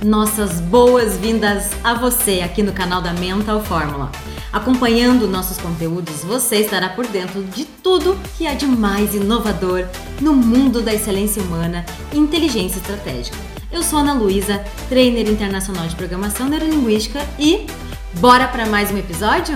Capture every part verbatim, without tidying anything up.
Nossas boas-vindas a você aqui no canal da Mental Fórmula. Acompanhando nossos conteúdos, você estará por dentro de tudo que há de mais inovador no mundo da excelência humana e inteligência estratégica. Eu sou Ana Luísa, trainer internacional de programação neurolinguística e bora para mais um episódio?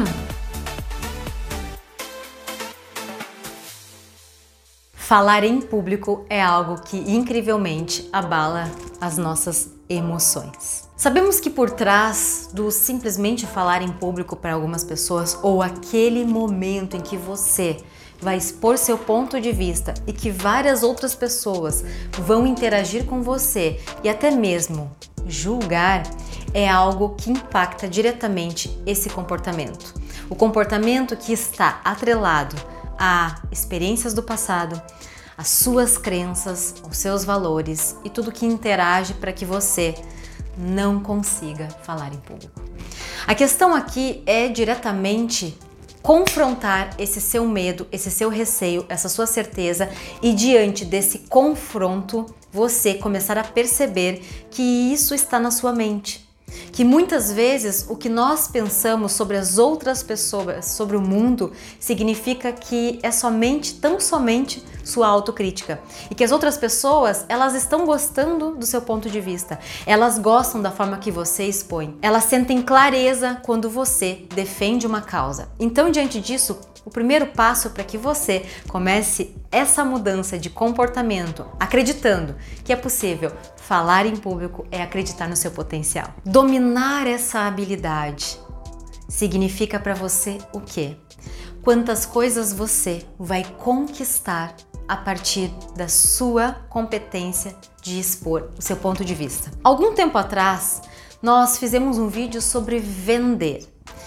Falar em público é algo que incrivelmente abala as nossas emoções. Sabemos que por trás do simplesmente falar em público para algumas pessoas ou aquele momento em que você vai expor seu ponto de vista e que várias outras pessoas vão interagir com você e até mesmo julgar, é algo que impacta diretamente esse comportamento. O comportamento que está atrelado a experiências do passado, as suas crenças, os seus valores e tudo que interage para que você não consiga falar em público. A questão aqui é diretamente confrontar esse seu medo, esse seu receio, essa sua certeza e diante desse confronto você começar a perceber que isso está na sua mente. Que muitas vezes o que nós pensamos sobre as outras pessoas, sobre o mundo, significa que é somente, tão somente, sua autocrítica. E que as outras pessoas, elas estão gostando do seu ponto de vista. Elas gostam da forma que você expõe. Elas sentem clareza quando você defende uma causa. Então, diante disso, o primeiro passo para que você comece essa mudança de comportamento, acreditando que é possível falar em público, é acreditar no seu potencial. Dominar essa habilidade significa para você o quê? Quantas coisas você vai conquistar a partir da sua competência de expor o seu ponto de vista. Algum tempo atrás, nós fizemos um vídeo sobre vender.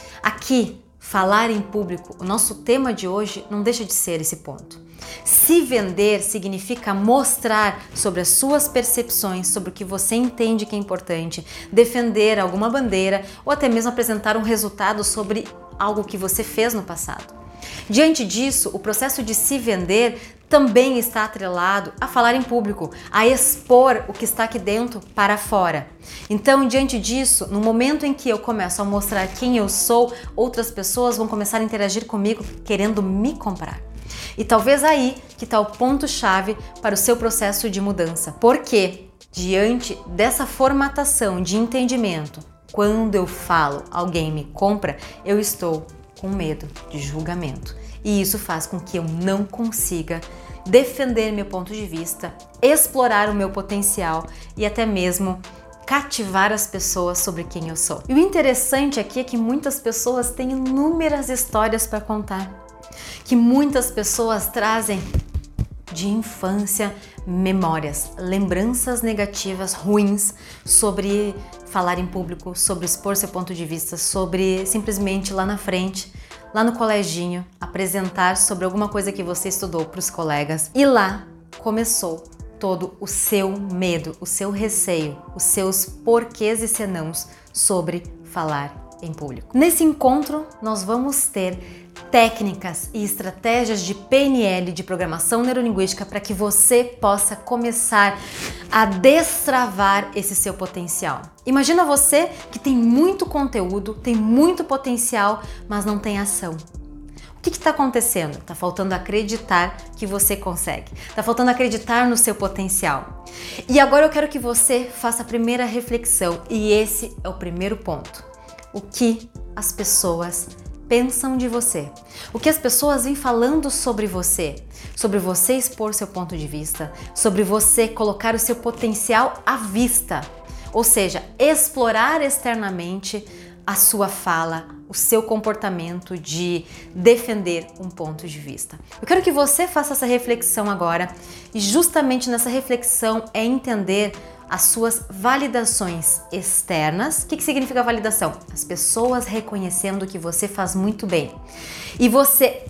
Aqui, falar em público, o nosso tema de hoje não deixa de ser esse ponto. Se vender significa mostrar sobre as suas percepções, sobre o que você entende que é importante, defender alguma bandeira ou até mesmo apresentar um resultado sobre algo que você fez no passado. Diante disso, o processo de se vender também está atrelado a falar em público, a expor o que está aqui dentro para fora. Então, diante disso, no momento em que eu começo a mostrar quem eu sou, outras pessoas vão começar a interagir comigo querendo me comprar. E talvez aí que está o ponto-chave para o seu processo de mudança. Porque, diante dessa formatação de entendimento, quando eu falo alguém me compra, eu estou com medo de julgamento. E isso faz com que eu não consiga defender meu ponto de vista, explorar o meu potencial e até mesmo cativar as pessoas sobre quem eu sou. E o interessante aqui é que muitas pessoas têm inúmeras histórias para contar, que muitas pessoas trazem de infância memórias, lembranças negativas, ruins sobre falar em público, sobre expor seu ponto de vista, sobre simplesmente lá na frente, lá no coleginho, apresentar sobre alguma coisa que você estudou para os colegas. E lá começou todo o seu medo, o seu receio, os seus porquês e senãos sobre falar em público. Nesse encontro, nós vamos ter técnicas e estratégias de P N L, de programação neurolinguística, para que você possa começar a destravar esse seu potencial. Imagina você que tem muito conteúdo, tem muito potencial, mas não tem ação. O que está acontecendo? Está faltando acreditar que você consegue. Está faltando acreditar no seu potencial. E agora eu quero que você faça a primeira reflexão, e esse é o primeiro ponto. O que as pessoas pensam de você? O que as pessoas vêm falando sobre você? Sobre você expor seu ponto de vista, sobre você colocar o seu potencial à vista, ou seja, explorar externamente a sua fala, o seu comportamento de defender um ponto de vista. Eu quero que você faça essa reflexão agora, e justamente nessa reflexão é entender as suas validações externas. O que que significa validação? As pessoas reconhecendo que você faz muito bem. E você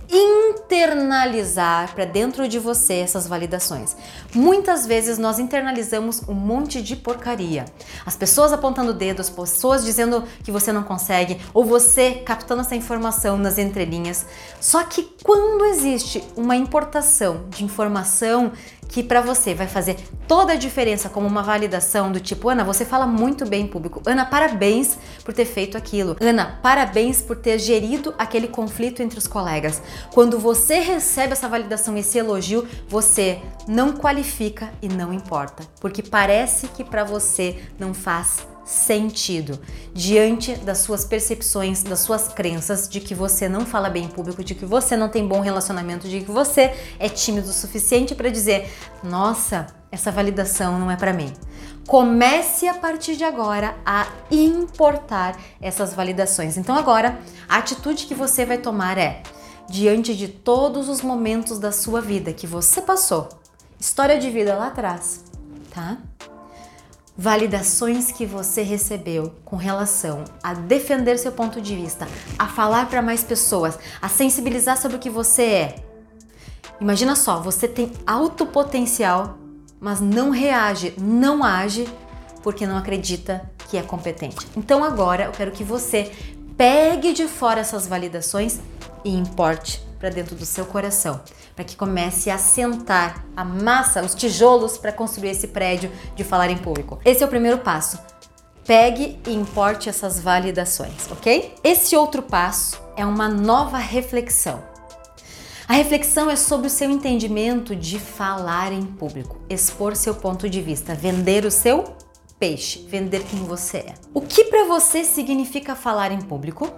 internalizar para dentro de você essas validações. Muitas vezes nós internalizamos um monte de porcaria. As pessoas apontando o dedo, as pessoas dizendo que você não consegue, ou você captando essa informação nas entrelinhas. Só que quando existe uma importação de informação que para você vai fazer toda a diferença como uma validação do tipo, Ana, você fala muito bem em público. Ana, parabéns por ter feito aquilo. Ana, parabéns por ter gerido aquele conflito entre os colegas. Quando você recebe essa validação, esse elogio, você não qualifica e não importa, porque parece que para você não faz sentido diante das suas percepções, das suas crenças de que você não fala bem em público, de que você não tem bom relacionamento, de que você é tímido o suficiente para dizer, nossa, essa validação não é para mim. Comece a partir de agora a importar essas validações. Então agora, a atitude que você vai tomar é, diante de todos os momentos da sua vida que você passou, história de vida lá atrás, tá? Validações que você recebeu com relação a defender seu ponto de vista, a falar para mais pessoas, a sensibilizar sobre o que você é. Imagina só, você tem alto potencial, mas não reage, não age porque não acredita que é competente. Então agora eu quero que você pegue de fora essas validações e importe para dentro do seu coração, para que comece a sentar a massa, os tijolos para construir esse prédio de falar em público. Esse é o primeiro passo. Pegue e importe essas validações, ok? Esse outro passo é uma nova reflexão. A reflexão é sobre o seu entendimento de falar em público, expor seu ponto de vista, vender o seu peixe, vender quem você é. O que para você significa falar em público?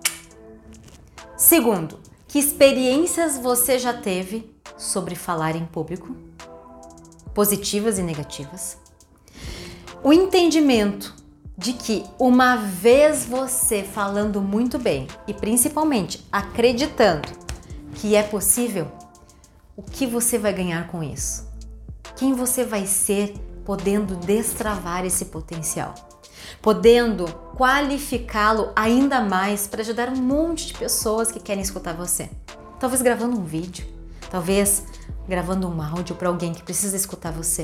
Segundo, que experiências você já teve sobre falar em público? Positivas e negativas. O entendimento de que uma vez você falando muito bem e principalmente acreditando que é possível, o que você vai ganhar com isso? Quem você vai ser podendo destravar esse potencial? Podendo qualificá-lo ainda mais para ajudar um monte de pessoas que querem escutar você. Talvez gravando um vídeo, talvez gravando um áudio para alguém que precisa escutar você.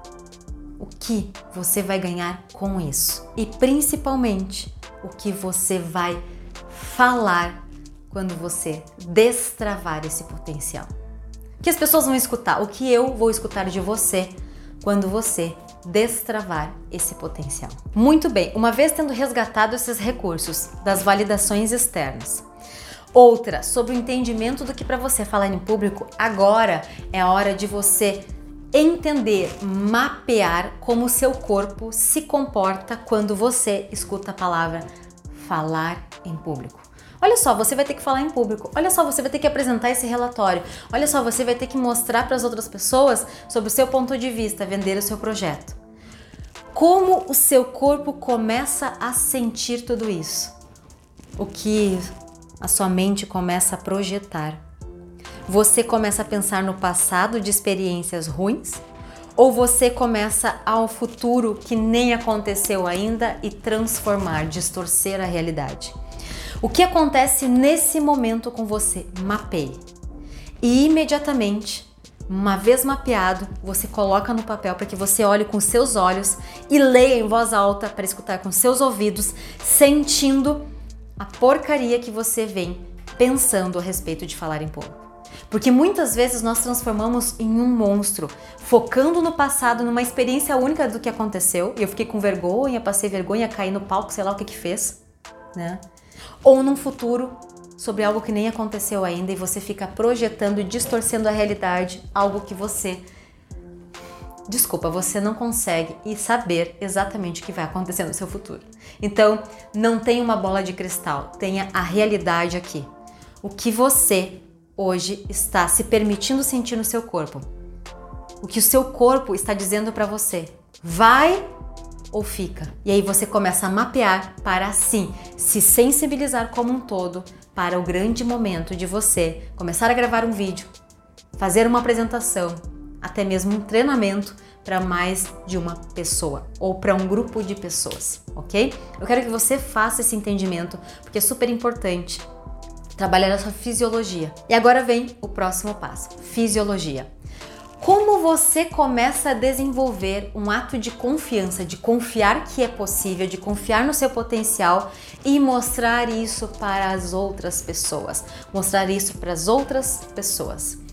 O que você vai ganhar com isso? E principalmente, o que você vai falar quando você destravar esse potencial? O que as pessoas vão escutar? O que eu vou escutar de você quando você destravar esse potencial? Muito bem, uma vez tendo resgatado esses recursos das validações externas, outra, sobre o entendimento do que para você falar em público, agora é a hora de você entender, mapear como o seu corpo se comporta quando você escuta a palavra falar em público. Olha só, você vai ter que falar em público. Olha só, você vai ter que apresentar esse relatório. Olha só, você vai ter que mostrar para as outras pessoas sobre o seu ponto de vista, vender o seu projeto. Como o seu corpo começa a sentir tudo isso? O que a sua mente começa a projetar? Você começa a pensar no passado de experiências ruins? Ou você começa ao futuro que nem aconteceu ainda e transformar, distorcer a realidade? O que acontece nesse momento com você? Mapeie. E imediatamente, uma vez mapeado, você coloca no papel para que você olhe com seus olhos e leia em voz alta para escutar com seus ouvidos, sentindo a porcaria que você vem pensando a respeito de falar em público. Porque muitas vezes nós transformamos em um monstro, focando no passado, numa experiência única do que aconteceu, e eu fiquei com vergonha, passei vergonha, caí no palco, sei lá o que que fez, né? Ou num futuro sobre algo que nem aconteceu ainda e você fica projetando e distorcendo a realidade, algo que você, desculpa, você não consegue e saber exatamente o que vai acontecer no seu futuro. Então, não tenha uma bola de cristal, tenha a realidade aqui. O que você hoje está se permitindo sentir no seu corpo. O que o seu corpo está dizendo para você. Vai ou fica? E aí você começa a mapear para assim se sensibilizar como um todo para o grande momento de você começar a gravar um vídeo, fazer uma apresentação, até mesmo um treinamento para mais de uma pessoa ou para um grupo de pessoas, ok? Eu quero que você faça esse entendimento porque é super importante trabalhar a sua fisiologia. E agora vem o próximo passo, fisiologia. Como você começa a desenvolver um ato de confiança, de confiar que é possível, de confiar no seu potencial e mostrar isso para as outras pessoas, mostrar isso para as outras pessoas.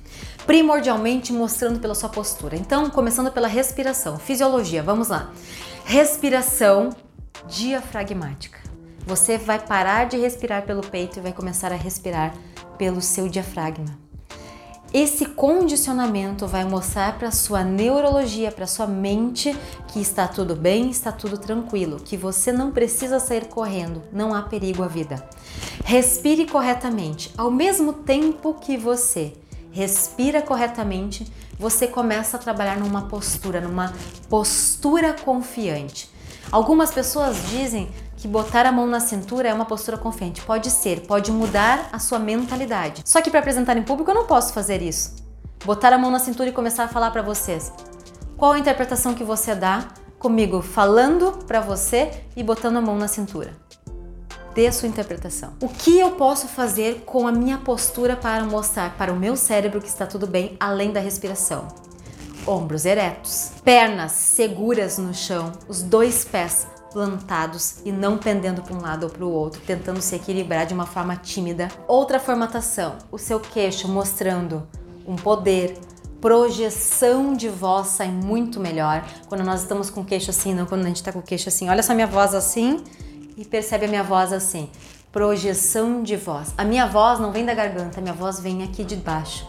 primordialmente mostrando pela sua postura. Então, começando pela respiração, fisiologia, vamos lá. Respiração diafragmática. Você vai parar de respirar pelo peito e vai começar a respirar pelo seu diafragma. Esse condicionamento vai mostrar para sua neurologia, para sua mente, que está tudo bem, está tudo tranquilo, que você não precisa sair correndo, não há perigo à vida. Respire corretamente. Ao mesmo tempo que você respira corretamente, você começa a trabalhar numa postura, numa postura confiante. Algumas pessoas dizem que botar a mão na cintura é uma postura confiante. Pode ser, pode mudar a sua mentalidade. Só que para apresentar em público eu não posso fazer isso. Botar a mão na cintura e começar a falar para vocês. Qual a interpretação que você dá comigo falando para você e botando a mão na cintura? Dê a sua interpretação. O que eu posso fazer com a minha postura para mostrar para o meu cérebro que está tudo bem, além da respiração? Ombros eretos, pernas seguras no chão, os dois pés plantados e não pendendo para um lado ou para o outro, tentando se equilibrar de uma forma tímida. Outra formatação, o seu queixo mostrando um poder, projeção de voz sai muito melhor quando nós estamos com o queixo assim, não quando a gente está com o queixo assim. Olha só minha voz assim e percebe a minha voz assim. Projeção de voz. A minha voz não vem da garganta, a minha voz vem aqui de baixo.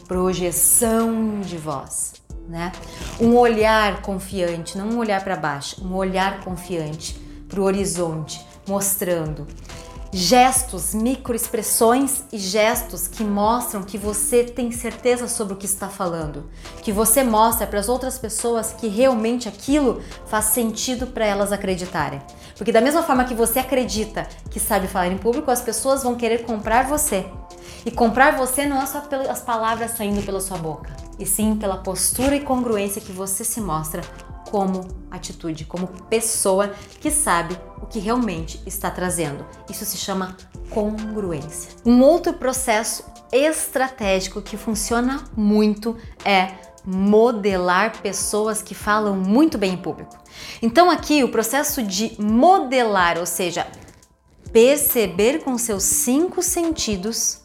Projeção de voz. Né? Um olhar confiante, não um olhar para baixo, um olhar confiante para o horizonte, mostrando gestos, microexpressões e gestos que mostram que você tem certeza sobre o que está falando, que você mostra para as outras pessoas que realmente aquilo faz sentido para elas acreditarem. Porque da mesma forma que você acredita que sabe falar em público, as pessoas vão querer comprar você. E comprar você não é só pelas palavras saindo pela sua boca, e sim pela postura e congruência que você se mostra como atitude, como pessoa que sabe o que realmente está trazendo. Isso se chama congruência. Um outro processo estratégico que funciona muito é modelar pessoas que falam muito bem em público. Então aqui o processo de modelar, ou seja, perceber com seus cinco sentidos,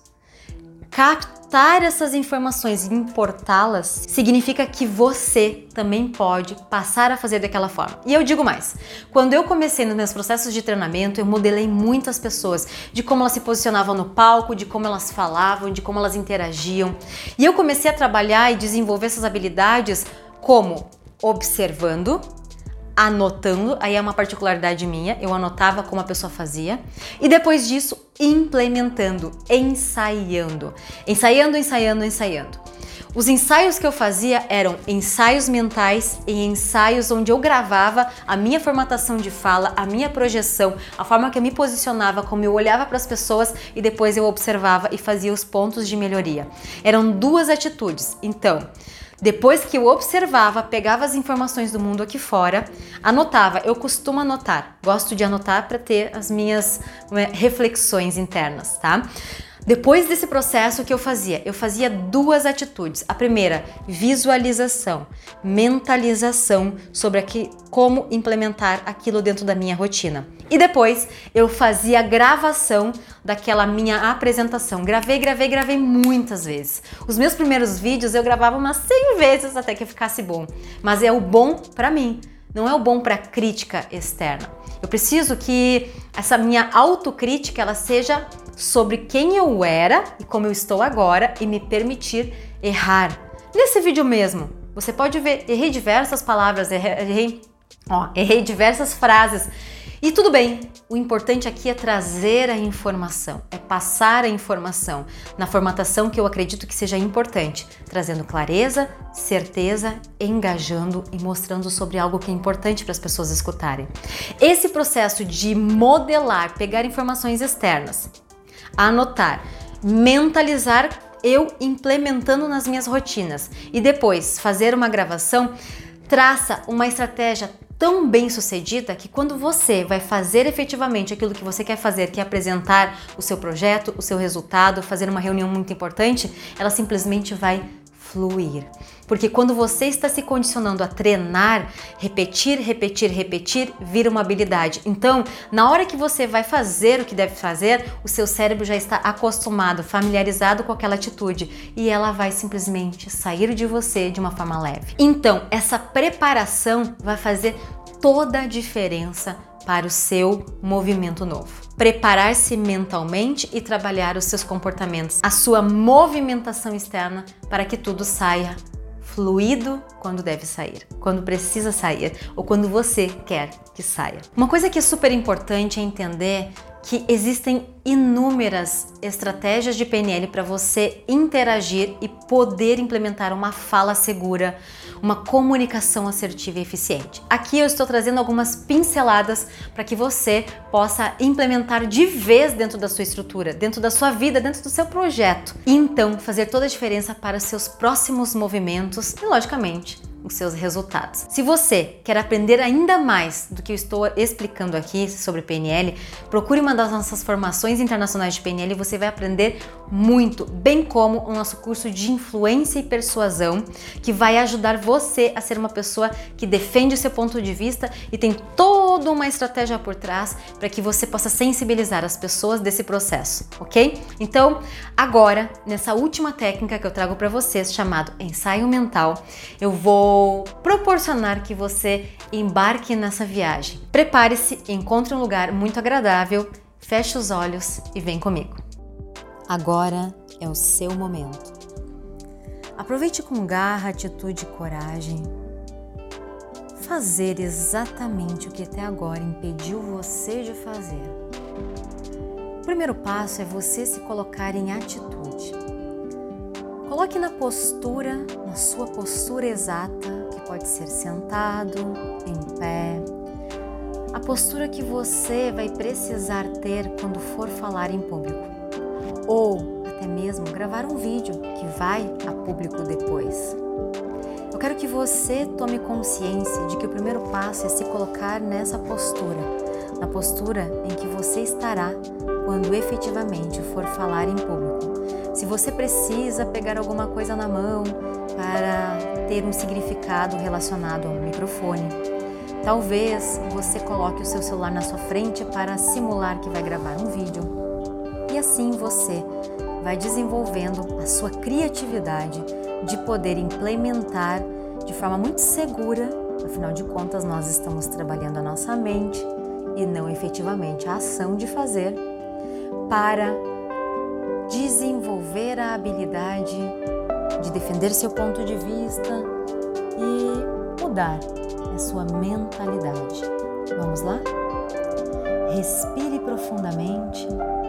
captar essas informações e importá-las, significa que você também pode passar a fazer daquela forma. E eu digo mais, quando eu comecei nos meus processos de treinamento, eu modelei muitas pessoas, de como elas se posicionavam no palco, de como elas falavam, de como elas interagiam. E eu comecei a trabalhar e desenvolver essas habilidades como observando, anotando, aí é uma particularidade minha, eu anotava como a pessoa fazia, e depois disso implementando, ensaiando, ensaiando, ensaiando, ensaiando. Os ensaios que eu fazia eram ensaios mentais e ensaios onde eu gravava a minha formatação de fala, a minha projeção, a forma que eu me posicionava, como eu olhava para as pessoas e depois eu observava e fazia os pontos de melhoria. Eram duas atitudes, então depois que eu observava, pegava as informações do mundo aqui fora, anotava. Eu costumo anotar, gosto de anotar para ter as minhas reflexões internas, tá? Depois desse processo, o que eu fazia? Eu fazia duas atitudes. A primeira, visualização, mentalização sobre aqui, como implementar aquilo dentro da minha rotina. E depois eu fazia gravação daquela minha apresentação. Gravei, gravei, gravei muitas vezes. Os meus primeiros vídeos eu gravava umas cem vezes até que ficasse bom. Mas é o bom para mim, não é o bom para crítica externa. Eu preciso que essa minha autocrítica ela seja sobre quem eu era e como eu estou agora e me permitir errar. Nesse vídeo mesmo, você pode ver, errei diversas palavras, errei, ó, errei diversas frases. E tudo bem, o importante aqui é trazer a informação, é passar a informação na formatação que eu acredito que seja importante, trazendo clareza, certeza, engajando e mostrando sobre algo que é importante para as pessoas escutarem. Esse processo de modelar, pegar informações externas, anotar, mentalizar, eu implementando nas minhas rotinas e depois fazer uma gravação, traça uma estratégia tão bem sucedida que quando você vai fazer efetivamente aquilo que você quer fazer, que é apresentar o seu projeto, o seu resultado, fazer uma reunião muito importante, ela simplesmente vai fluir. Porque quando você está se condicionando a treinar, repetir, repetir, repetir, vira uma habilidade. Então, na hora que você vai fazer o que deve fazer, o seu cérebro já está acostumado, familiarizado com aquela atitude e ela vai simplesmente sair de você de uma forma leve. Então, essa preparação vai fazer toda a diferença para o seu movimento novo. Preparar-se mentalmente e trabalhar os seus comportamentos, a sua movimentação externa para que tudo saia fluido quando deve sair, quando precisa sair ou quando você quer que saia. Uma coisa que é super importante é entender que existem inúmeras estratégias de P N L para você interagir e poder implementar uma fala segura, uma comunicação assertiva e eficiente. Aqui eu estou trazendo algumas pinceladas para que você possa implementar de vez dentro da sua estrutura, dentro da sua vida, dentro do seu projeto. E então fazer toda a diferença para os seus próximos movimentos e, logicamente, os seus resultados. Se você quer aprender ainda mais do que eu estou explicando aqui sobre P N L, procure uma das nossas formações internacionais de P N L e você vai aprender muito, bem como o nosso curso de influência e persuasão, que vai ajudar você a ser uma pessoa que defende o seu ponto de vista e tem toda uma estratégia por trás para que você possa sensibilizar as pessoas desse processo, ok? Então, agora, nessa última técnica que eu trago para vocês, chamado ensaio mental, eu vou Vou proporcionar que você embarque nessa viagem. Prepare-se, encontre um lugar muito agradável, feche os olhos e vem comigo. Agora é o seu momento. Aproveite com garra, atitude e coragem. Fazer exatamente o que até agora impediu você de fazer. O primeiro passo é você se colocar em atitude. Coloque na postura, na sua postura exata, que pode ser sentado, em pé. A postura que você vai precisar ter quando for falar em público. Ou até mesmo gravar um vídeo que vai a público depois. Eu quero que você tome consciência de que o primeiro passo é se colocar nessa postura. Na postura em que você estará quando efetivamente for falar em público. Se você precisa pegar alguma coisa na mão para ter um significado relacionado ao microfone, talvez você coloque o seu celular na sua frente para simular que vai gravar um vídeo. E assim você vai desenvolvendo a sua criatividade de poder implementar de forma muito segura, afinal de contas nós estamos trabalhando a nossa mente e não efetivamente a ação de fazer, para desenvolver a habilidade de defender seu ponto de vista e mudar a sua mentalidade. Vamos lá? Respire profundamente.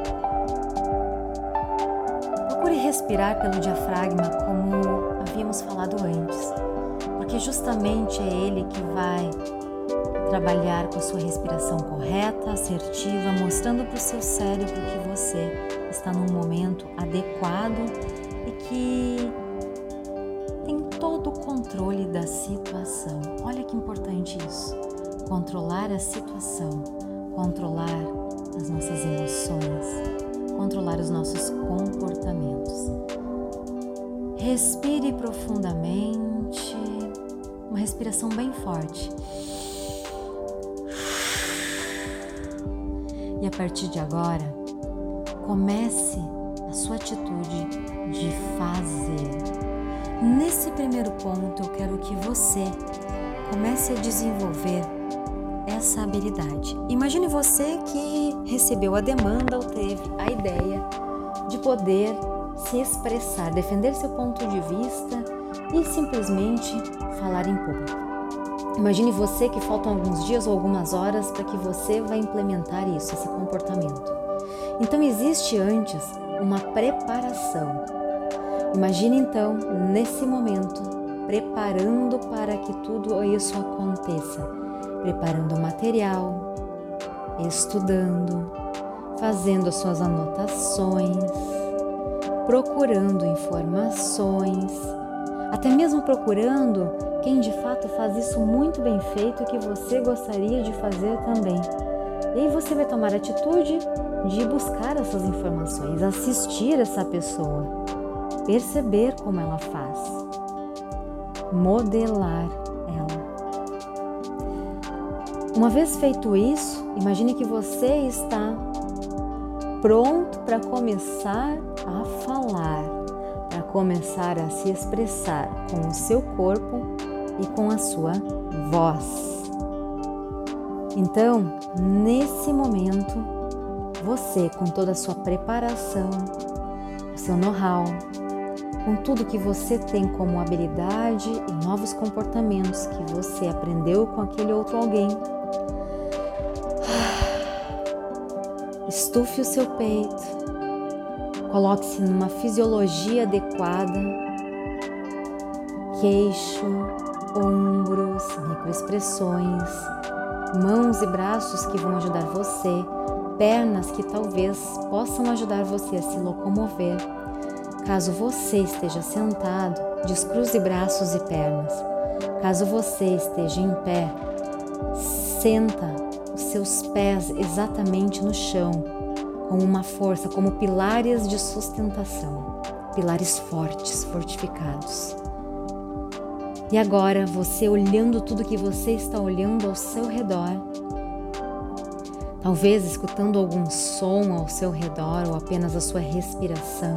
Procure respirar pelo diafragma como havíamos falado antes, porque justamente é ele que vai trabalhar com a sua respiração correta, assertiva, mostrando para o seu cérebro que você está num momento adequado e que tem todo o controle da situação. Olha que importante isso. Controlar a situação, controlar as nossas emoções, controlar os nossos comportamentos. Respire profundamente, uma respiração bem forte. E a partir de agora, comece a sua atitude de fazer. Nesse primeiro ponto, eu quero que você comece a desenvolver essa habilidade. Imagine você que recebeu a demanda ou teve a ideia de poder se expressar, defender seu ponto de vista e simplesmente falar em público. Imagine você que faltam alguns dias ou algumas horas para que você vai implementar isso, esse comportamento. Então existe antes uma preparação. Imagine então, nesse momento, preparando para que tudo isso aconteça. Preparando o material, estudando, fazendo as suas anotações, procurando informações, até mesmo procurando quem de fato faz isso muito bem feito que você gostaria de fazer também. E aí você vai tomar a atitude de buscar essas informações, assistir essa pessoa, perceber como ela faz. modelar ela. Uma vez feito isso, imagine que você está pronto para começar a falar, para começar a se expressar com o seu corpo e com a sua voz. Então, nesse momento, você, com toda a sua preparação, o seu know-how, com tudo que você tem como habilidade e novos comportamentos que você aprendeu com aquele outro alguém, estufe o seu peito, coloque-se numa fisiologia adequada, queixo, ombros, microexpressões, mãos e braços que vão ajudar você, pernas que talvez possam ajudar você a se locomover. Caso você esteja sentado, descruze braços e pernas. Caso você esteja em pé, senta os seus pés exatamente no chão, com uma força, como pilares de sustentação, pilares fortes, fortificados. E agora, você olhando tudo que você está olhando ao seu redor, talvez escutando algum som ao seu redor ou apenas a sua respiração,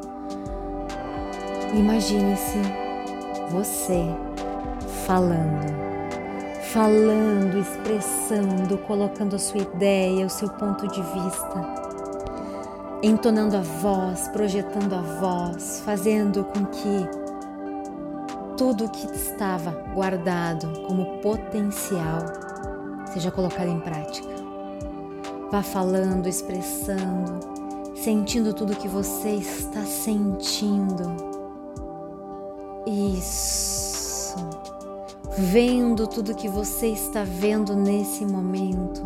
imagine-se você falando, falando, expressando, colocando a sua ideia, o seu ponto de vista, entonando a voz, projetando a voz, fazendo com que tudo que estava guardado como potencial seja colocado em prática. Vá falando, expressando, sentindo tudo que você está sentindo. Isso. Vendo tudo que você está vendo nesse momento.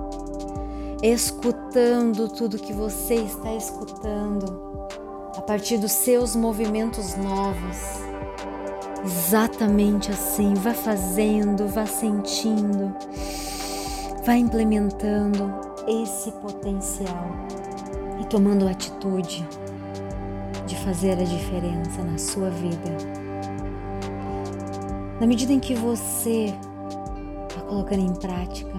Escutando tudo que você está escutando a partir dos seus movimentos novos. Exatamente assim, vá fazendo, vá sentindo, vá implementando esse potencial e tomando a atitude de fazer a diferença na sua vida. Na medida em que você está colocando em prática,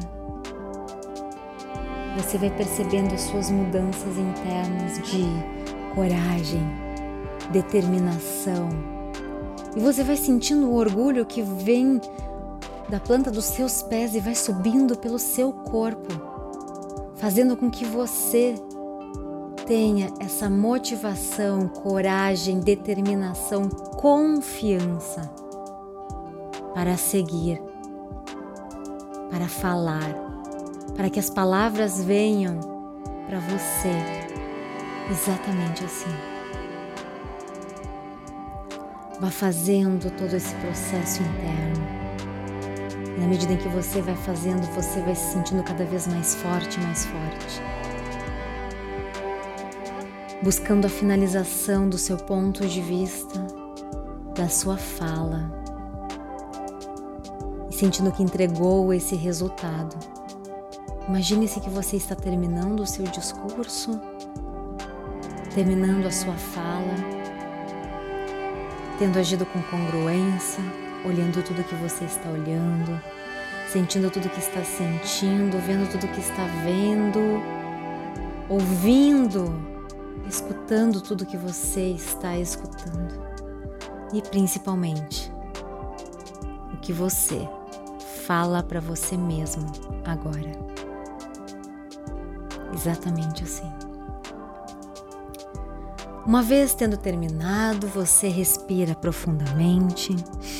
você vai percebendo as suas mudanças internas de coragem, determinação. E você vai sentindo o orgulho que vem da planta dos seus pés e vai subindo pelo seu corpo, fazendo com que você tenha essa motivação, coragem, determinação, confiança para seguir, para falar, para que as palavras venham para você exatamente assim. Vá fazendo todo esse processo interno. E na medida em que você vai fazendo, você vai se sentindo cada vez mais forte, mais forte. Buscando a finalização do seu ponto de vista, da sua fala. E sentindo que entregou esse resultado. Imagine-se que você está terminando o seu discurso, terminando a sua fala, tendo agido com congruência, olhando tudo que você está olhando, sentindo tudo que está sentindo, vendo tudo que está vendo, ouvindo, escutando tudo que você está escutando e principalmente o que você fala para você mesmo agora. Exatamente assim. Uma vez tendo terminado, você respira profundamente,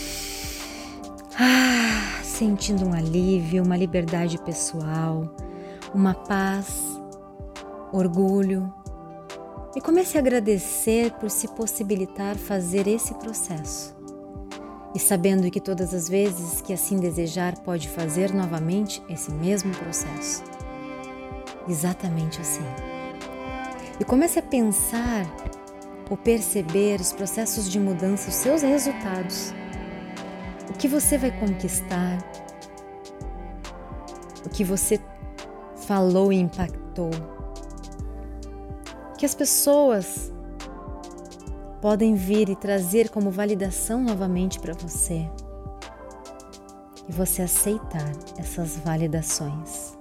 ah, sentindo um alívio, uma liberdade pessoal, uma paz, orgulho, e comece a agradecer por se possibilitar fazer esse processo. E sabendo que todas as vezes que assim desejar, pode fazer novamente esse mesmo processo. Exatamente assim. E comece a pensar ou perceber os processos de mudança, os seus resultados, o que você vai conquistar, o que você falou e impactou, que as pessoas podem vir e trazer como validação novamente para você. E você aceitar essas validações.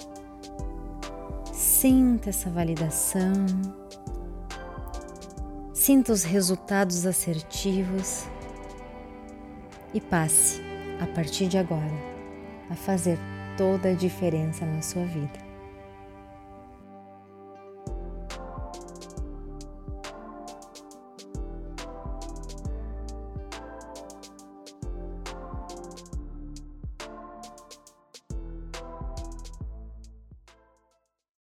Sinta essa validação. Sinta os resultados assertivos. E passe, a partir de agora, a fazer toda a diferença na sua vida.